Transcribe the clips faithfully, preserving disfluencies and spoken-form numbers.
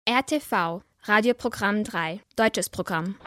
R T V, Radioprogramm drei, deutsches Programm.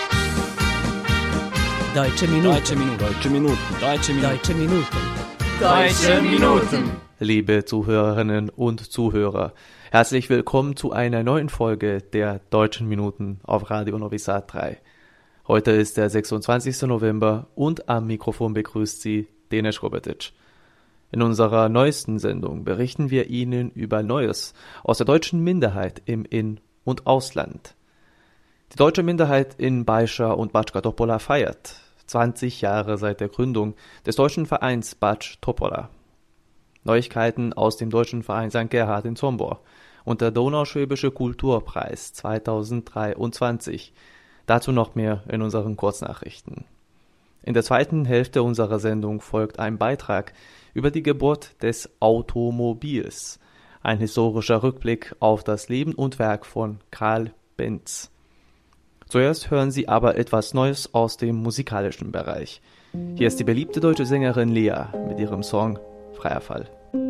Deutsche Minuten. Deutsche Minuten. Deutsche Minuten. Deutsche Minuten. Deutsche Minuten. Deutsche Minuten. Liebe Zuhörerinnen und Zuhörer, herzlich willkommen zu einer neuen Folge der Deutschen Minuten auf Radio Novi Sad drei. Heute ist der sechsundzwanzigster November und am Mikrofon begrüßt Sie Denis Robertic. In unserer neuesten Sendung berichten wir Ihnen über Neues aus der deutschen Minderheit im In- und Ausland. Die deutsche Minderheit in Bajsa und Bačka Topola feiert zwanzig Jahre seit der Gründung des deutschen Vereins Bač Topola. Neuigkeiten aus dem deutschen Verein Sankt Gerhard in Sombor und der Donauschwäbische Kulturpreis zweitausenddreiundzwanzig. Dazu noch mehr in unseren Kurznachrichten. In der zweiten Hälfte unserer Sendung folgt ein Beitrag über die Geburt des Automobils, ein historischer Rückblick auf das Leben und Werk von Karl Benz. Zuerst hören Sie aber etwas Neues aus dem musikalischen Bereich. Hier ist die beliebte deutsche Sängerin Lea mit ihrem Song Freier Fall.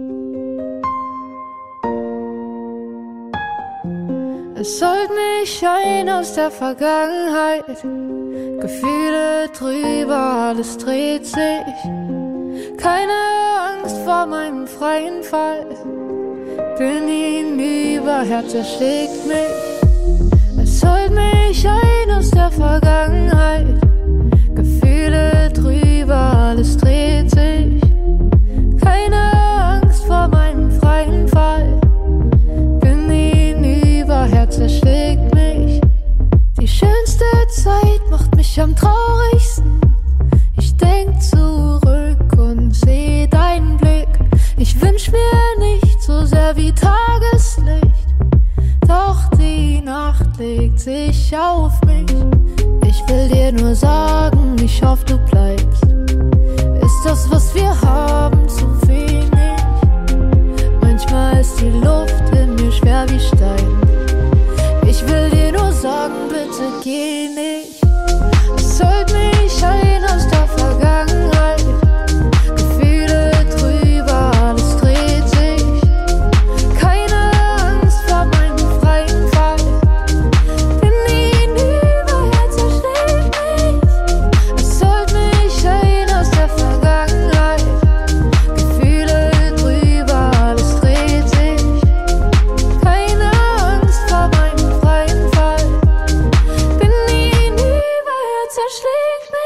Es holt mich ein aus der Vergangenheit, Gefühle drüber, alles dreht sich. Keine Angst vor meinem freien Fall, bin hinüber, Herz erschlägt mich. Es holt mich ein aus der Vergangenheit, Gefühle drüber, alles dreht sich. Keine Angst vor meinem freien Fall, bin hinüber, Herz erschlägt mich. Die schönste Zeit macht mich am traurigsten. Ich denk zurück und seh deinen Blick. Ich wünsch mir nicht so sehr wie Tageslicht, doch die Nacht legt sich auf mich. Ich will dir nur sagen, ich hoffe du bleibst. Ist das, was wir haben, zu wenig? Manchmal ist die Luft in mir schwer wie Stein. Ich will dir nur sagen, bitte geh nicht. Es holt mich ein aus der Vergangenheit, Gefühle drüber, alles dreht sich. Keine Angst vor meinem freien Fall, bin hinüber, Herz erschlägt mich. Es holt mich ein aus der Vergangenheit, Gefühle drüber, alles dreht sich. Keine Angst vor meinem freien Fall, bin hinüber, Herz erschlägt mich.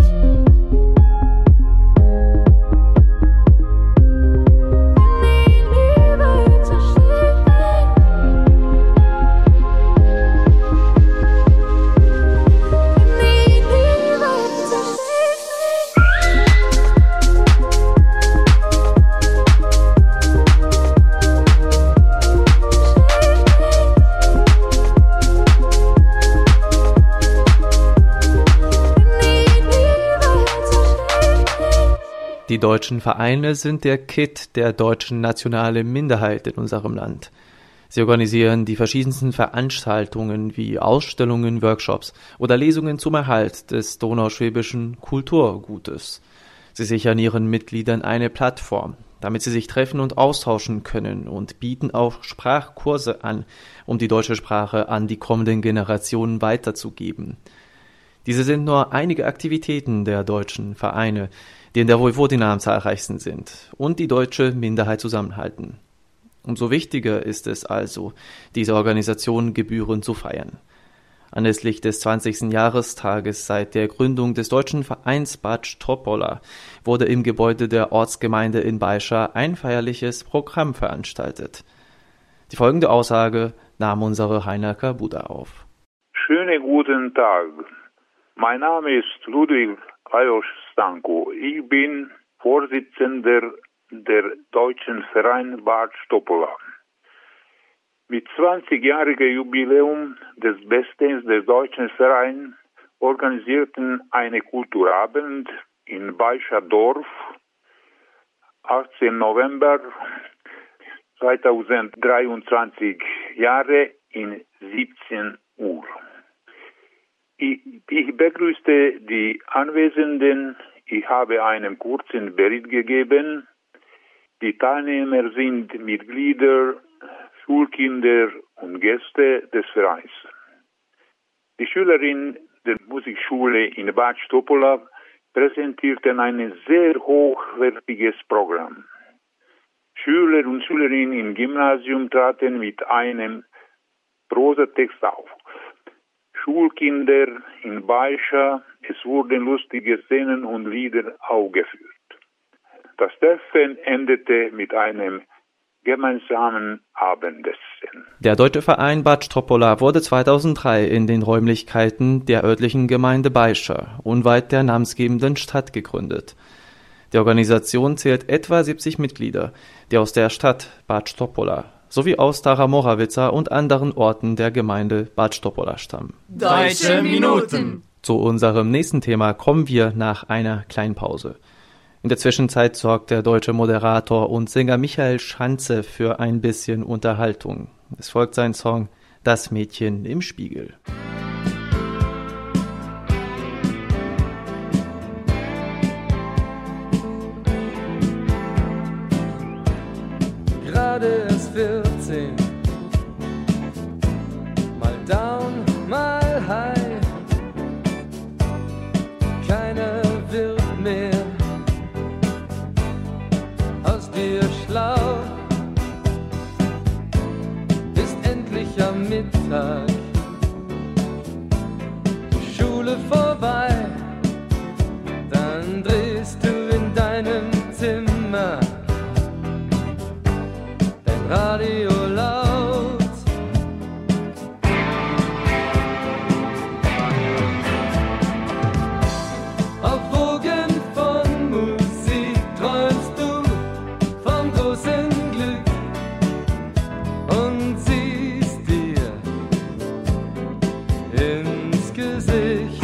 Die deutschen Vereine sind der Kitt der deutschen nationalen Minderheit in unserem Land. Sie organisieren die verschiedensten Veranstaltungen wie Ausstellungen, Workshops oder Lesungen zum Erhalt des donauschwäbischen Kulturgutes. Sie sichern ihren Mitgliedern eine Plattform, damit sie sich treffen und austauschen können, und bieten auch Sprachkurse an, um die deutsche Sprache an die kommenden Generationen weiterzugeben. Diese sind nur einige Aktivitäten der deutschen Vereine, die in der Vojvodina am zahlreichsten sind und die deutsche Minderheit zusammenhalten. Umso wichtiger ist es also, diese Organisation gebührend zu feiern. Anlässlich des zwanzigsten Jahrestages seit der Gründung des deutschen Vereins Bač Topola wurde im Gebäude der Ortsgemeinde in Bajsa ein feierliches Programm veranstaltet. Die folgende Aussage nahm unsere Heiner Kabuda auf. Schönen guten Tag. Mein Name ist Ludwig Lajos Stanko. Ich bin Vorsitzender der deutschen Verein Bač Topola. Mit zwanzigjährigem Jubiläum des Bestens des deutschen Vereins organisierten eine Kulturabend in Bajsa Dorf achtzehnten November zweitausenddreiundzwanzig Jahre in siebzehn Uhr. Ich, ich begrüßte die Anwesenden. Ich habe einen kurzen Bericht gegeben. Die Teilnehmer sind Mitglieder Schulkinder und Gäste des Vereins. Die Schülerinnen der Musikschule in Bad Stopola präsentierten ein sehr hochwertiges Programm. Schüler und Schülerinnen im Gymnasium traten mit einem Prosatext auf. Schulkinder in Baischa, es wurden lustige Szenen und Lieder aufgeführt. Das Treffen endete mit einem gemeinsamen Abendessen. Der Deutsche Verein Bad Stopola wurde zweitausenddrei in den Räumlichkeiten der örtlichen Gemeinde Baischa, unweit der namensgebenden Stadt, gegründet. Die Organisation zählt etwa siebzig Mitglieder, die aus der Stadt Bad Stopola sowie aus Stara Moravica und anderen Orten der Gemeinde Bad Stopola stammen. Deutsche Minuten. Zu unserem nächsten Thema kommen wir nach einer kleinen Pause. In der Zwischenzeit sorgt der deutsche Moderator und Sänger Michael Schanze für ein bisschen Unterhaltung. Es folgt sein Song »Das Mädchen im Spiegel«. Gerade ist vierzehn, mal down, mal high, keiner wird mehr aus dir schlau, ist endlich am Mittag, die Schule vorbei, dann drehst du in deinem Zimmer Radio laut. Auf Wogen von Musik träumst du vom großen Glück und siehst dir ins Gesicht.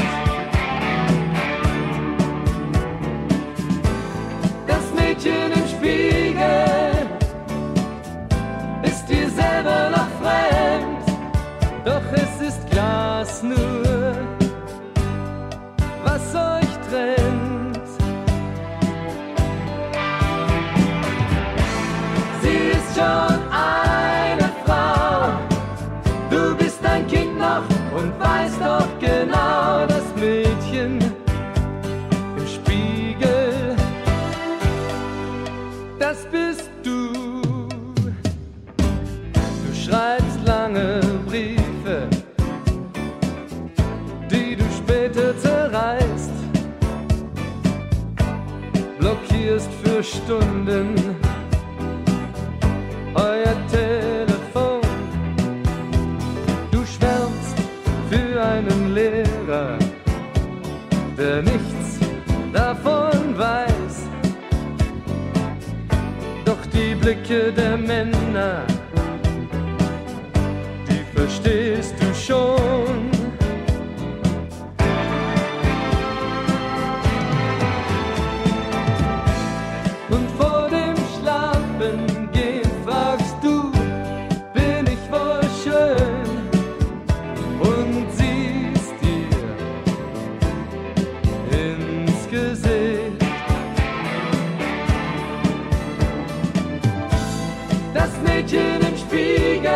Das Mädchen im Spiegel dir selber noch fremd, doch es ist Glas nur, was euch trennt. Sie ist schon eine Frau, du bist ein Kind noch und weißt doch genau, das Mädchen im Spiegel, das bist du. Schreibst lange Briefe, die du später zerreißt, blockierst für Stunden euer Telefon. Du schwärmst für einen Lehrer, der nichts davon weiß, doch die Blicke der Männer verstehst du schon. Und vor dem Schlafengehen fragst du, bin ich wohl schön? Und siehst dir ins Gesicht. Das Mädchen im Spiegel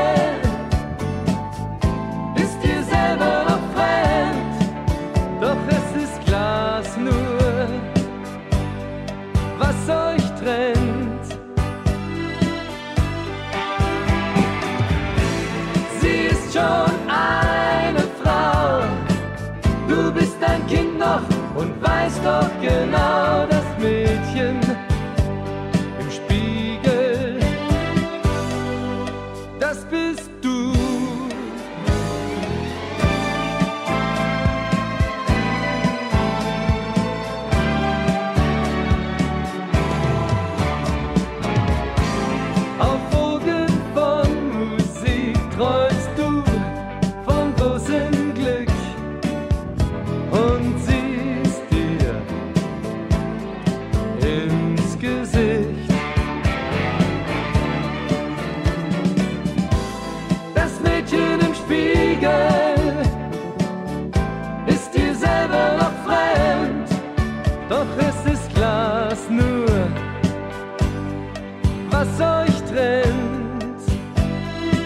und weiß doch genau, das Mädchen im Spiegel, das bist du. Auf Wogen von Musik träumst du vom großen Glück und sie Gesicht. Das Mädchen im Spiegel ist dir selber noch fremd, doch es ist Glas nur, was euch trennt.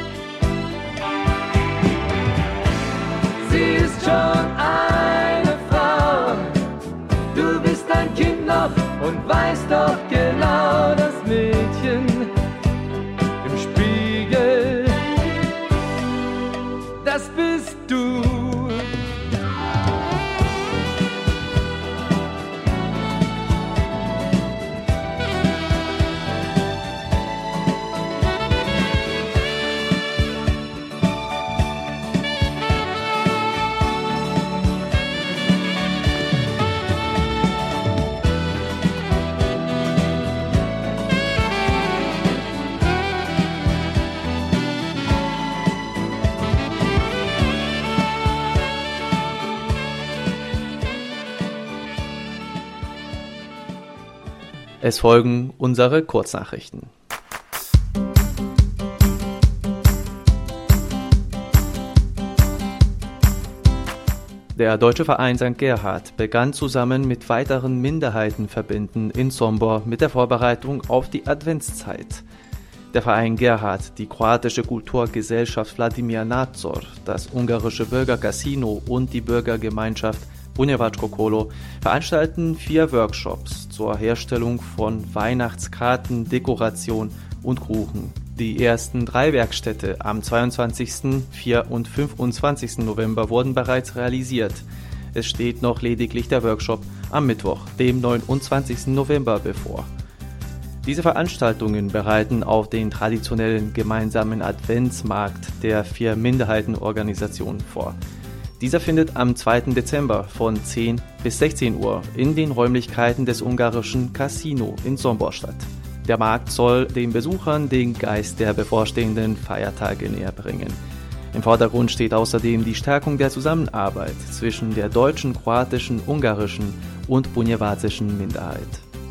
Es folgen unsere Kurznachrichten. Der Deutsche Verein Sankt Gerhard begann zusammen mit weiteren Minderheitenverbänden in Sombor mit der Vorbereitung auf die Adventszeit. Der Verein Gerhard, die kroatische Kulturgesellschaft Vladimir Nadzor, das ungarische Bürgercasino und die Bürgergemeinschaft Bunjevačko Kolo veranstalten vier Workshops zur Herstellung von Weihnachtskarten, Dekoration und Kuchen. Die ersten drei Werkstätte am zweiundzwanzigsten, vierten und fünfundzwanzigsten November wurden bereits realisiert. Es steht noch lediglich der Workshop am Mittwoch, dem neunundzwanzigsten November, bevor. Diese Veranstaltungen bereiten auf den traditionellen gemeinsamen Adventsmarkt der vier Minderheitenorganisationen vor. Dieser findet am zweiten Dezember von zehn bis sechzehn Uhr in den Räumlichkeiten des ungarischen Casino in Sombor statt. Der Markt soll den Besuchern den Geist der bevorstehenden Feiertage näher bringen. Im Vordergrund steht außerdem die Stärkung der Zusammenarbeit zwischen der deutschen, kroatischen, ungarischen und bunjevazischen Minderheit.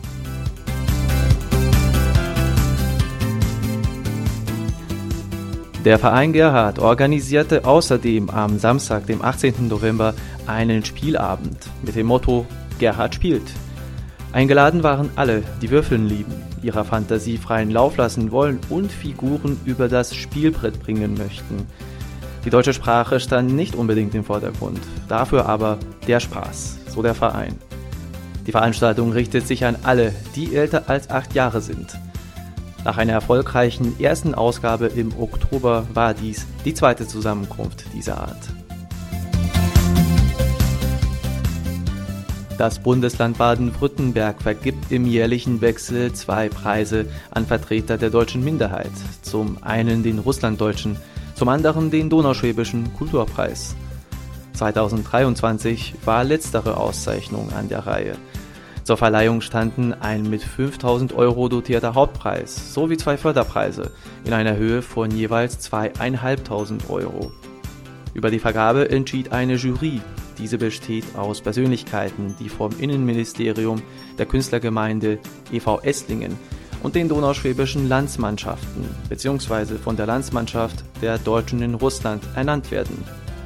Der Verein Gerhard organisierte außerdem am Samstag, dem achtzehnten November, einen Spielabend mit dem Motto Gerhard spielt. Eingeladen waren alle, die Würfeln lieben, ihrer Fantasie freien Lauf lassen wollen und Figuren über das Spielbrett bringen möchten. Die deutsche Sprache stand nicht unbedingt im Vordergrund, dafür aber der Spaß, so der Verein. Die Veranstaltung richtet sich an alle, die älter als acht Jahre sind. Nach einer erfolgreichen ersten Ausgabe im Oktober war dies die zweite Zusammenkunft dieser Art. Das Bundesland Baden-Württemberg vergibt im jährlichen Wechsel zwei Preise an Vertreter der deutschen Minderheit. Zum einen den Russlanddeutschen, zum anderen den Donauschwäbischen Kulturpreis. zweitausenddreiundzwanzig war letztere Auszeichnung an der Reihe. Zur Verleihung standen ein mit fünftausend Euro dotierter Hauptpreis sowie zwei Förderpreise in einer Höhe von jeweils zweitausendfünfhundert Euro. Über die Vergabe entschied eine Jury. Diese besteht aus Persönlichkeiten, die vom Innenministerium, der Künstlergemeinde E V Esslingen und den donauschwäbischen Landsmannschaften bzw. von der Landsmannschaft der Deutschen in Russland ernannt werden.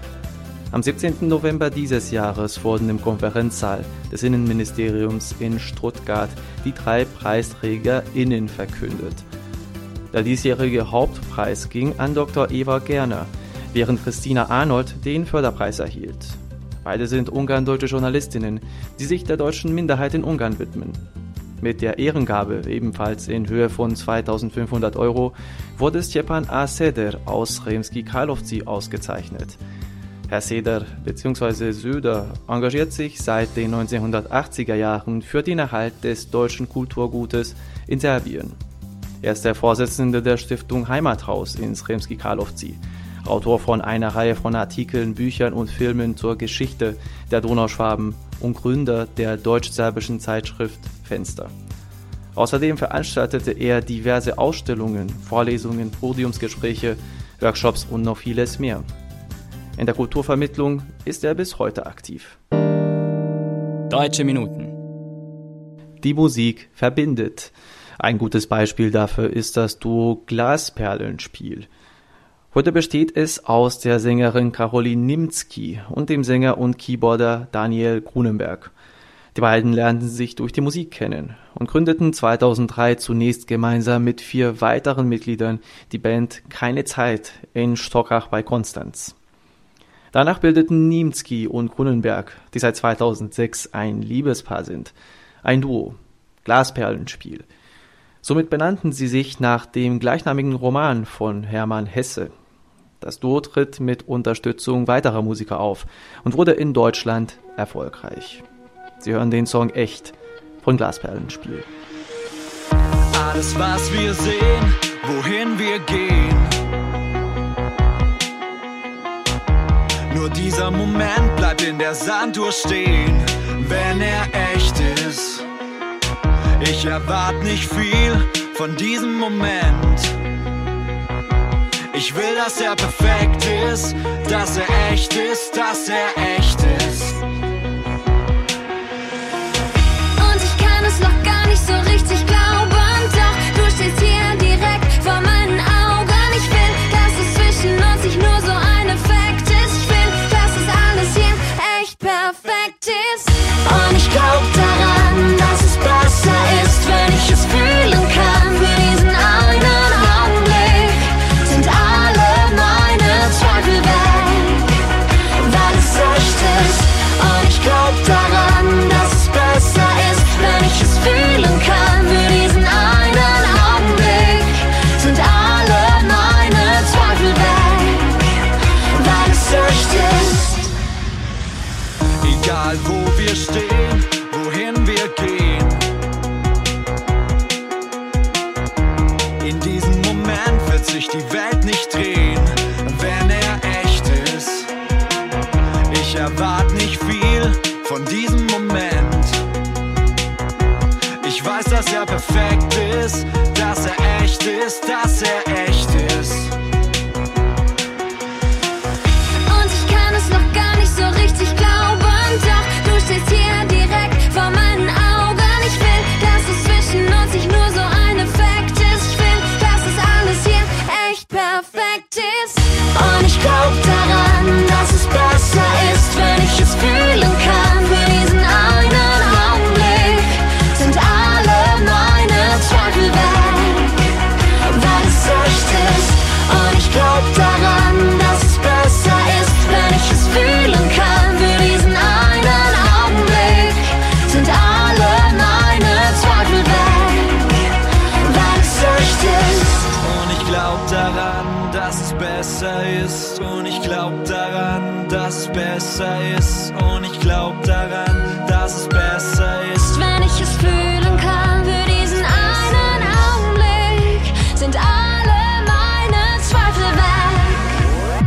Am siebzehnten November dieses Jahres wurden im Konferenzsaal des Innenministeriums in Stuttgart die drei PreisträgerInnen verkündet. Der diesjährige Hauptpreis ging an Doktor Eva Gerner, während Christina Arnold den Förderpreis erhielt. Beide sind ungarn-deutsche Journalistinnen, die sich der deutschen Minderheit in Ungarn widmen. Mit der Ehrengabe, ebenfalls in Höhe von zweitausendfünfhundert Euro, wurde Stjepan A. Seder aus Sremski Karlovci ausgezeichnet. Herr Seder bzw. Söder engagiert sich seit den neunzehnhundertachtziger Jahren für den Erhalt des deutschen Kulturgutes in Serbien. Er ist der Vorsitzende der Stiftung Heimathaus in Sremski Karlovci, Autor von einer Reihe von Artikeln, Büchern und Filmen zur Geschichte der Donauschwaben und Gründer der deutsch-serbischen Zeitschrift Fenster. Außerdem veranstaltete er diverse Ausstellungen, Vorlesungen, Podiumsgespräche, Workshops und noch vieles mehr. In der Kulturvermittlung ist er bis heute aktiv. Deutsche Minuten. Die Musik verbindet. Ein gutes Beispiel dafür ist das Duo Glasperlenspiel. Heute besteht es aus der Sängerin Caroline Nimzky und dem Sänger und Keyboarder Daniel Grunenberg. Die beiden lernten sich durch die Musik kennen und gründeten zweitausenddrei zunächst gemeinsam mit vier weiteren Mitgliedern die Band Keine Zeit in Stockach bei Konstanz. Danach bildeten Nimzky und Grunenberg, die seit zweitausendsechs ein Liebespaar sind, ein Duo, Glasperlenspiel. Somit benannten sie sich nach dem gleichnamigen Roman von Hermann Hesse. Das Duo tritt mit Unterstützung weiterer Musiker auf und wurde in Deutschland erfolgreich. Sie hören den Song Echt von Glasperlenspiel. Alles, was wir sehen, wohin wir gehen. Nur dieser Moment bleibt in der Sanduhr stehen, wenn er echt ist. Ich erwarte nicht viel von diesem Moment. Ich will, dass er perfekt ist, dass er echt ist, dass er echt ist. Und ich kann es noch gar nicht so richtig und ich glaub daran, dass es besser ist. Und ich glaub daran, dass es besser ist. Wenn ich es fühlen kann für diesen einen Augenblick, sind alle meine Zweifel weg.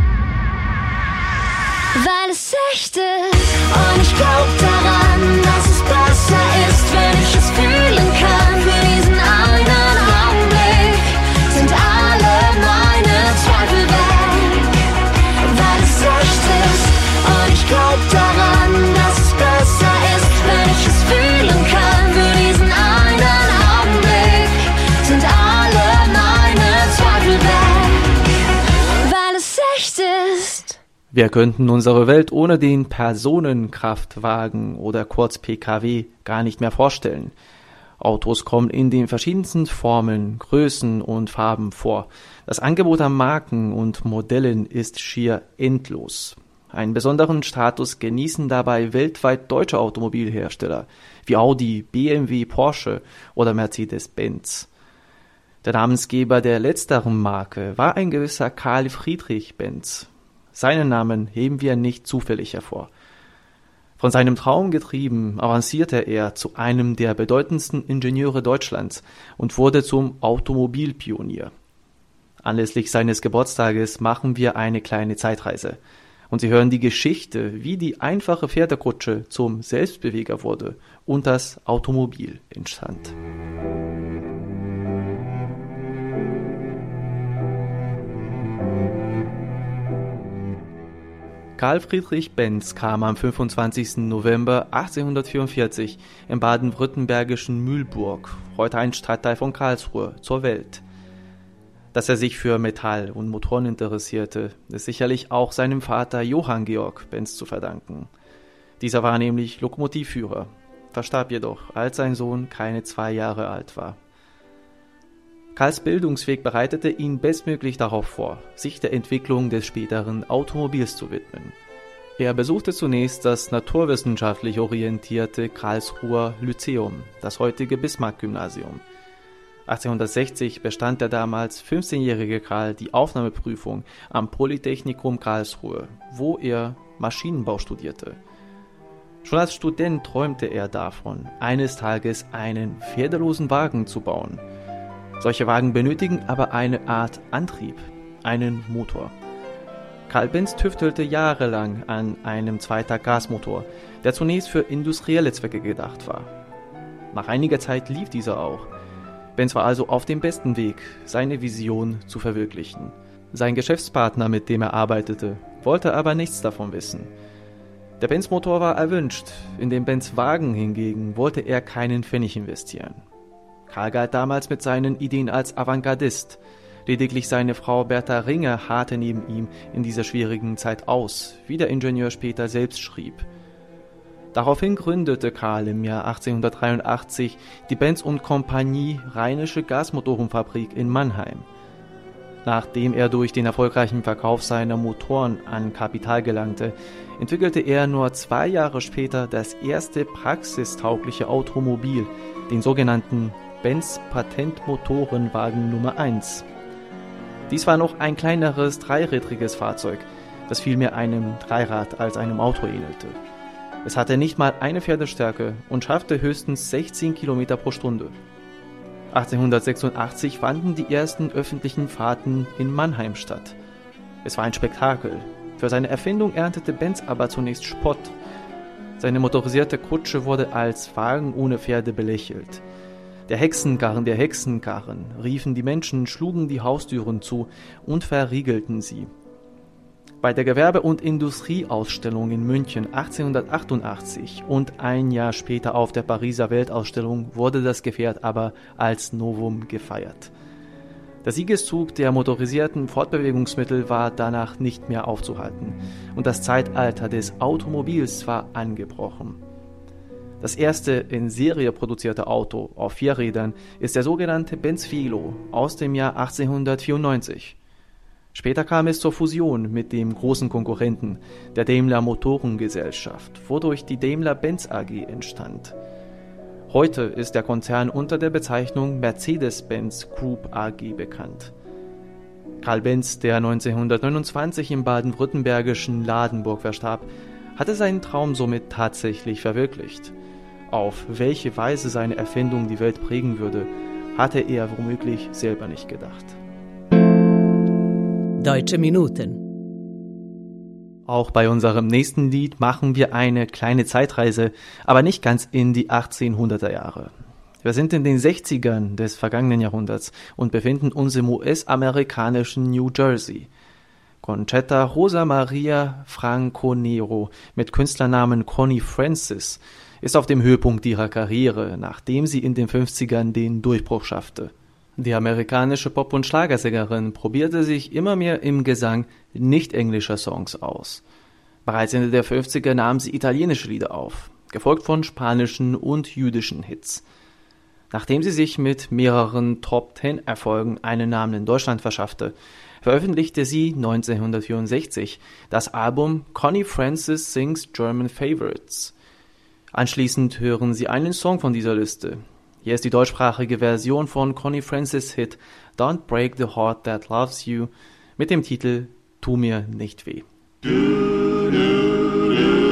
Weil es echt ist. Und ich glaub daran, dass es besser ist, wenn ich es fühlen kann für diesen einen Augenblick, sind alle meine Zweifel weg. Weil es echt ist. Und ich glaub daran, dass es besser ist, wenn ich es fühlen kann für diesen einen Augenblick, sind alle meine Zweifel weg. Weil es echt ist. Wir könnten unsere Welt ohne den Personenkraftwagen oder kurz P K W gar nicht mehr vorstellen. Autos kommen in den verschiedensten Formen, Größen und Farben vor. Das Angebot an Marken und Modellen ist schier endlos. Einen besonderen Status genießen dabei weltweit deutsche Automobilhersteller wie Audi, B M W, Porsche oder Mercedes-Benz. Der Namensgeber der letzteren Marke war ein gewisser Karl Friedrich Benz. Seinen Namen heben wir nicht zufällig hervor. Von seinem Traum getrieben, avancierte er zu einem der bedeutendsten Ingenieure Deutschlands und wurde zum Automobilpionier. Anlässlich seines Geburtstages machen wir eine kleine Zeitreise. Und Sie hören die Geschichte, wie die einfache Pferdekutsche zum Selbstbeweger wurde und das Automobil entstand. Karl Friedrich Benz kam am fünfundzwanzigsten November achtzehnhundertvierundvierzig im baden-württembergischen Mühlburg, heute ein Stadtteil von Karlsruhe, zur Welt. Dass er sich für Metall und Motoren interessierte, ist sicherlich auch seinem Vater Johann Georg Benz zu verdanken. Dieser war nämlich Lokomotivführer, verstarb jedoch, als sein Sohn keine zwei Jahre alt war. Karls Bildungsweg bereitete ihn bestmöglich darauf vor, sich der Entwicklung des späteren Automobils zu widmen. Er besuchte zunächst das naturwissenschaftlich orientierte Karlsruher Lyzeum, das heutige Bismarck-Gymnasium. achtzehnhundertsechzig bestand der damals fünfzehnjährige Karl die Aufnahmeprüfung am Polytechnikum Karlsruhe, wo er Maschinenbau studierte. Schon als Student träumte er davon, eines Tages einen pferdelosen Wagen zu bauen. Solche Wagen benötigen aber eine Art Antrieb, einen Motor. Karl Benz tüftelte jahrelang an einem Zweitakt-Gasmotor, der zunächst für industrielle Zwecke gedacht war. Nach einiger Zeit lief dieser auch. Benz war also auf dem besten Weg, seine Vision zu verwirklichen. Sein Geschäftspartner, mit dem er arbeitete, wollte aber nichts davon wissen. Der Benz-Motor war erwünscht, in den Benz-Wagen hingegen wollte er keinen Pfennig investieren. Karl galt damals mit seinen Ideen als Avantgardist. Lediglich seine Frau Bertha Ringer harrte neben ihm in dieser schwierigen Zeit aus, wie der Ingenieur später selbst schrieb. Daraufhin gründete Karl im Jahr achtzehnhundertdreiundachtzig die Benz und Kompanie Rheinische Gasmotorenfabrik in Mannheim. Nachdem er durch den erfolgreichen Verkauf seiner Motoren an Kapital gelangte, entwickelte er nur zwei Jahre später das erste praxistaugliche Automobil, den sogenannten Benz Patentmotorenwagen Nummer eins. Dies war noch ein kleineres dreirädriges Fahrzeug, das vielmehr einem Dreirad als einem Auto ähnelte. Es hatte nicht mal eine Pferdestärke und schaffte höchstens sechzehn Kilometer pro Stunde. achtzehnhundertsechsundachtzig fanden die ersten öffentlichen Fahrten in Mannheim statt. Es war ein Spektakel. Für seine Erfindung erntete Benz aber zunächst Spott. Seine motorisierte Kutsche wurde als Wagen ohne Pferde belächelt. Der Hexenkarren der Hexenkarren, riefen die Menschen, schlugen die Haustüren zu und verriegelten sie. Bei der Gewerbe- und Industrieausstellung in München achtzehnhundertachtundachtzig und ein Jahr später auf der Pariser Weltausstellung wurde das Gefährt aber als Novum gefeiert. Der Siegeszug der motorisierten Fortbewegungsmittel war danach nicht mehr aufzuhalten und das Zeitalter des Automobils war angebrochen. Das erste in Serie produzierte Auto auf vier Rädern ist der sogenannte Benz Velo aus dem Jahr achtzehnhundertvierundneunzig. Später kam es zur Fusion mit dem großen Konkurrenten, der Daimler Motorengesellschaft, wodurch die Daimler-Benz A G entstand. Heute ist der Konzern unter der Bezeichnung Mercedes-Benz Group A G bekannt. Karl Benz, der neunzehnhundertneunundzwanzig im baden-württembergischen Ladenburg verstarb, hatte seinen Traum somit tatsächlich verwirklicht. Auf welche Weise seine Erfindung die Welt prägen würde, hatte er womöglich selber nicht gedacht. Deutsche Minuten. Auch bei unserem nächsten Lied machen wir eine kleine Zeitreise, aber nicht ganz in die achtzehnhunderter Jahre. Wir sind in den sechzigern des vergangenen Jahrhunderts und befinden uns im U S-amerikanischen New Jersey. Conchetta Rosa Maria Franco-Nero mit Künstlernamen Connie Francis ist auf dem Höhepunkt ihrer Karriere, nachdem sie in den fünfzigern den Durchbruch schaffte. Die amerikanische Pop- und Schlagersängerin probierte sich immer mehr im Gesang nicht englischer Songs aus. Bereits Ende der fünfziger nahm sie italienische Lieder auf, gefolgt von spanischen und jüdischen Hits. Nachdem sie sich mit mehreren Top-Ten-Erfolgen einen Namen in Deutschland verschaffte, veröffentlichte sie neunzehnhundertvierundsechzig das Album Connie Francis Sings German Favorites. Anschließend hören Sie einen Song von dieser Liste. Hier ist die deutschsprachige Version von Connie Francis' Hit Don't Break the Heart That Loves You mit dem Titel Tu mir nicht weh. Du, du, du.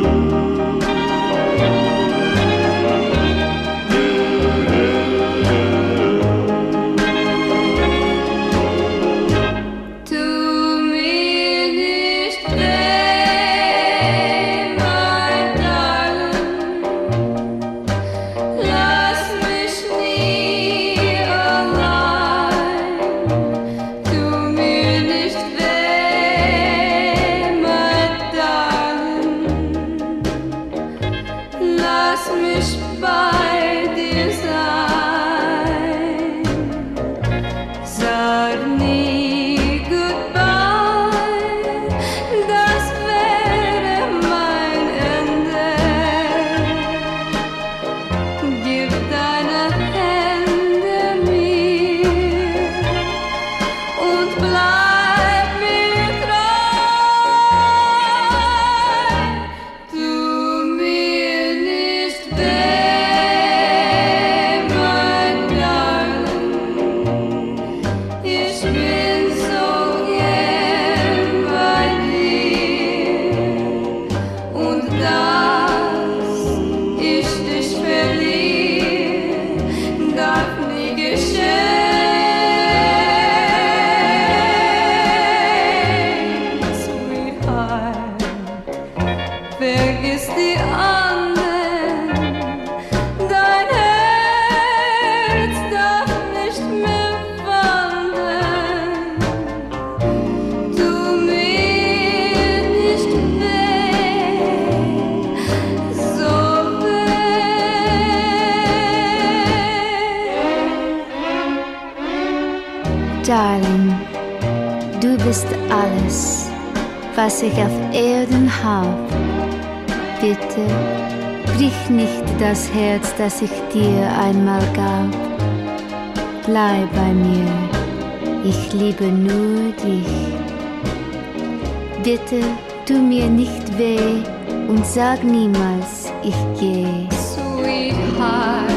Darling, du bist alles, was ich auf Erden hab. Bitte, brich nicht das Herz, das ich dir einmal gab. Bleib bei mir, ich liebe nur dich. Bitte, tu mir nicht weh und sag niemals, ich geh. Sweetheart.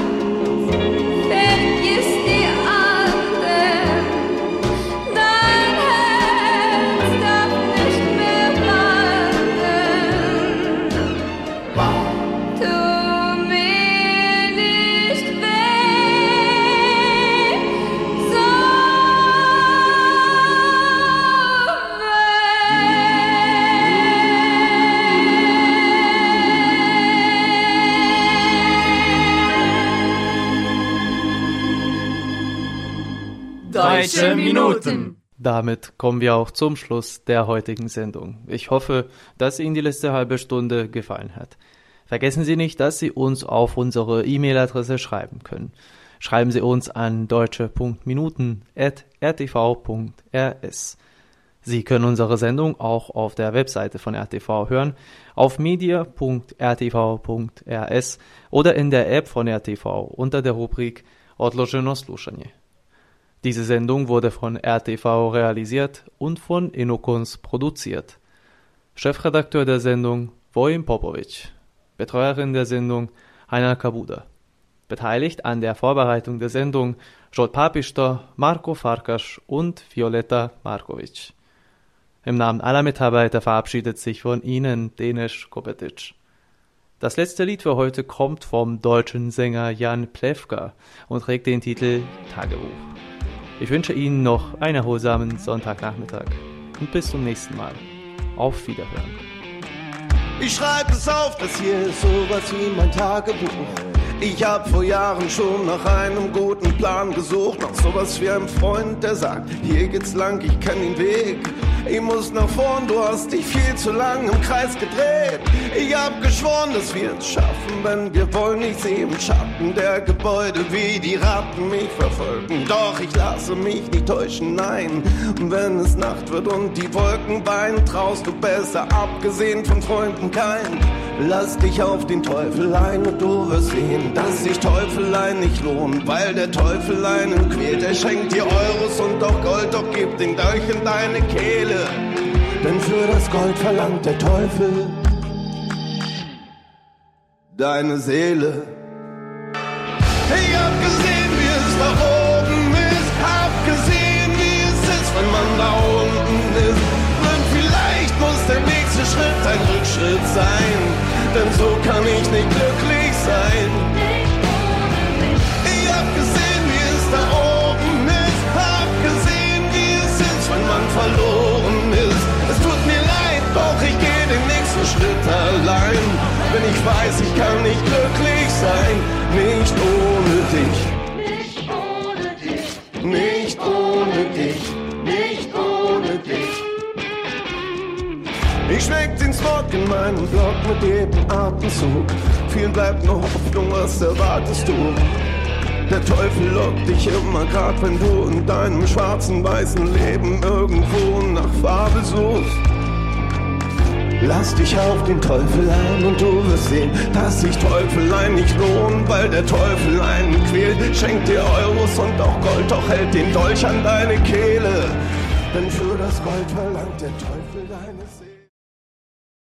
Deutsche Minuten. Damit kommen wir auch zum Schluss der heutigen Sendung. Ich hoffe, dass Ihnen die letzte halbe Stunde gefallen hat. Vergessen Sie nicht, dass Sie uns auf unsere E-Mail-Adresse schreiben können. Schreiben Sie uns an deutsche punkt minuten at r t v punkt r s. Sie können unsere Sendung auch auf der Webseite von R T V hören, auf media punkt r t v punkt r s oder in der App von R T V unter der Rubrik Odloženo slušanje. Diese Sendung wurde von R T V realisiert und von Inokons produziert. Chefredakteur der Sendung Vojin Popovic, Betreuerin der Sendung Heiner Kabuda. Beteiligt an der Vorbereitung der Sendung Zsolt Papister, Marco Farkas und Violetta Markovic. Im Namen aller Mitarbeiter verabschiedet sich von Ihnen Denis Kopetic. Das letzte Lied für heute kommt vom deutschen Sänger Jan Plewka und trägt den Titel Tagebuch. Ich wünsche Ihnen noch einen erholsamen Sonntagnachmittag und bis zum nächsten Mal. Auf Wiederhören. Ich schreibe es auf, das hier ist sowas wie mein Tagebuch. Ich hab vor Jahren schon nach einem guten Plan gesucht, nach sowas wie einem Freund, der sagt, hier geht's lang, ich kenn den Weg. Ich muss nach vorn, du hast dich viel zu lang im Kreis gedreht. Ich hab geschworen, dass wir es schaffen, wenn wir wollen. Ich seh im Schatten der Gebäude, wie die Ratten mich verfolgen. Doch ich lasse mich nicht täuschen, nein. Und wenn es Nacht wird und die Wolken weinen, traust du besser, abgesehen von Freunden, keinen. Lass dich auf den Teufel ein und du wirst sehen, dass sich Teufelein nicht lohnen, weil der Teufel einen quält. Er schenkt dir Euros und auch Gold, doch gibt den Dolch in deine Kehle. Denn für das Gold verlangt der Teufel deine Seele. Ich hab gesehen, wie es da oben ist, hab gesehen, wie es ist, wenn man da unten ist. Und vielleicht muss der nächste Schritt ein Rückschritt sein, denn so kann ich nicht glücklich sein. Ich hab gesehen, wie es da oben ist, hab gesehen, wie es ist, wenn man verloren ist. Es tut mir leid, doch ich geh den nächsten Schritt allein, wenn ich weiß, ich kann nicht glücklich sein, nicht ohne dich. Nicht ohne dich. Nicht ohne dich. Nicht ohne dich. Ich schmeck den Smog in meinem Block mit jedem Atemzug. Viel bleibt noch Hoffnung, was erwartest du? Der Teufel lockt dich immer, grad wenn du in deinem schwarzen, weißen Leben irgendwo nach Farbe suchst. Lass dich auf den Teufel ein und du wirst sehen, dass sich Teufelein nicht lohnen, weil der Teufel einen quält. Schenkt dir Euros und auch Gold, doch hält den Dolch an deine Kehle. Denn für das Gold verlangt der Teufel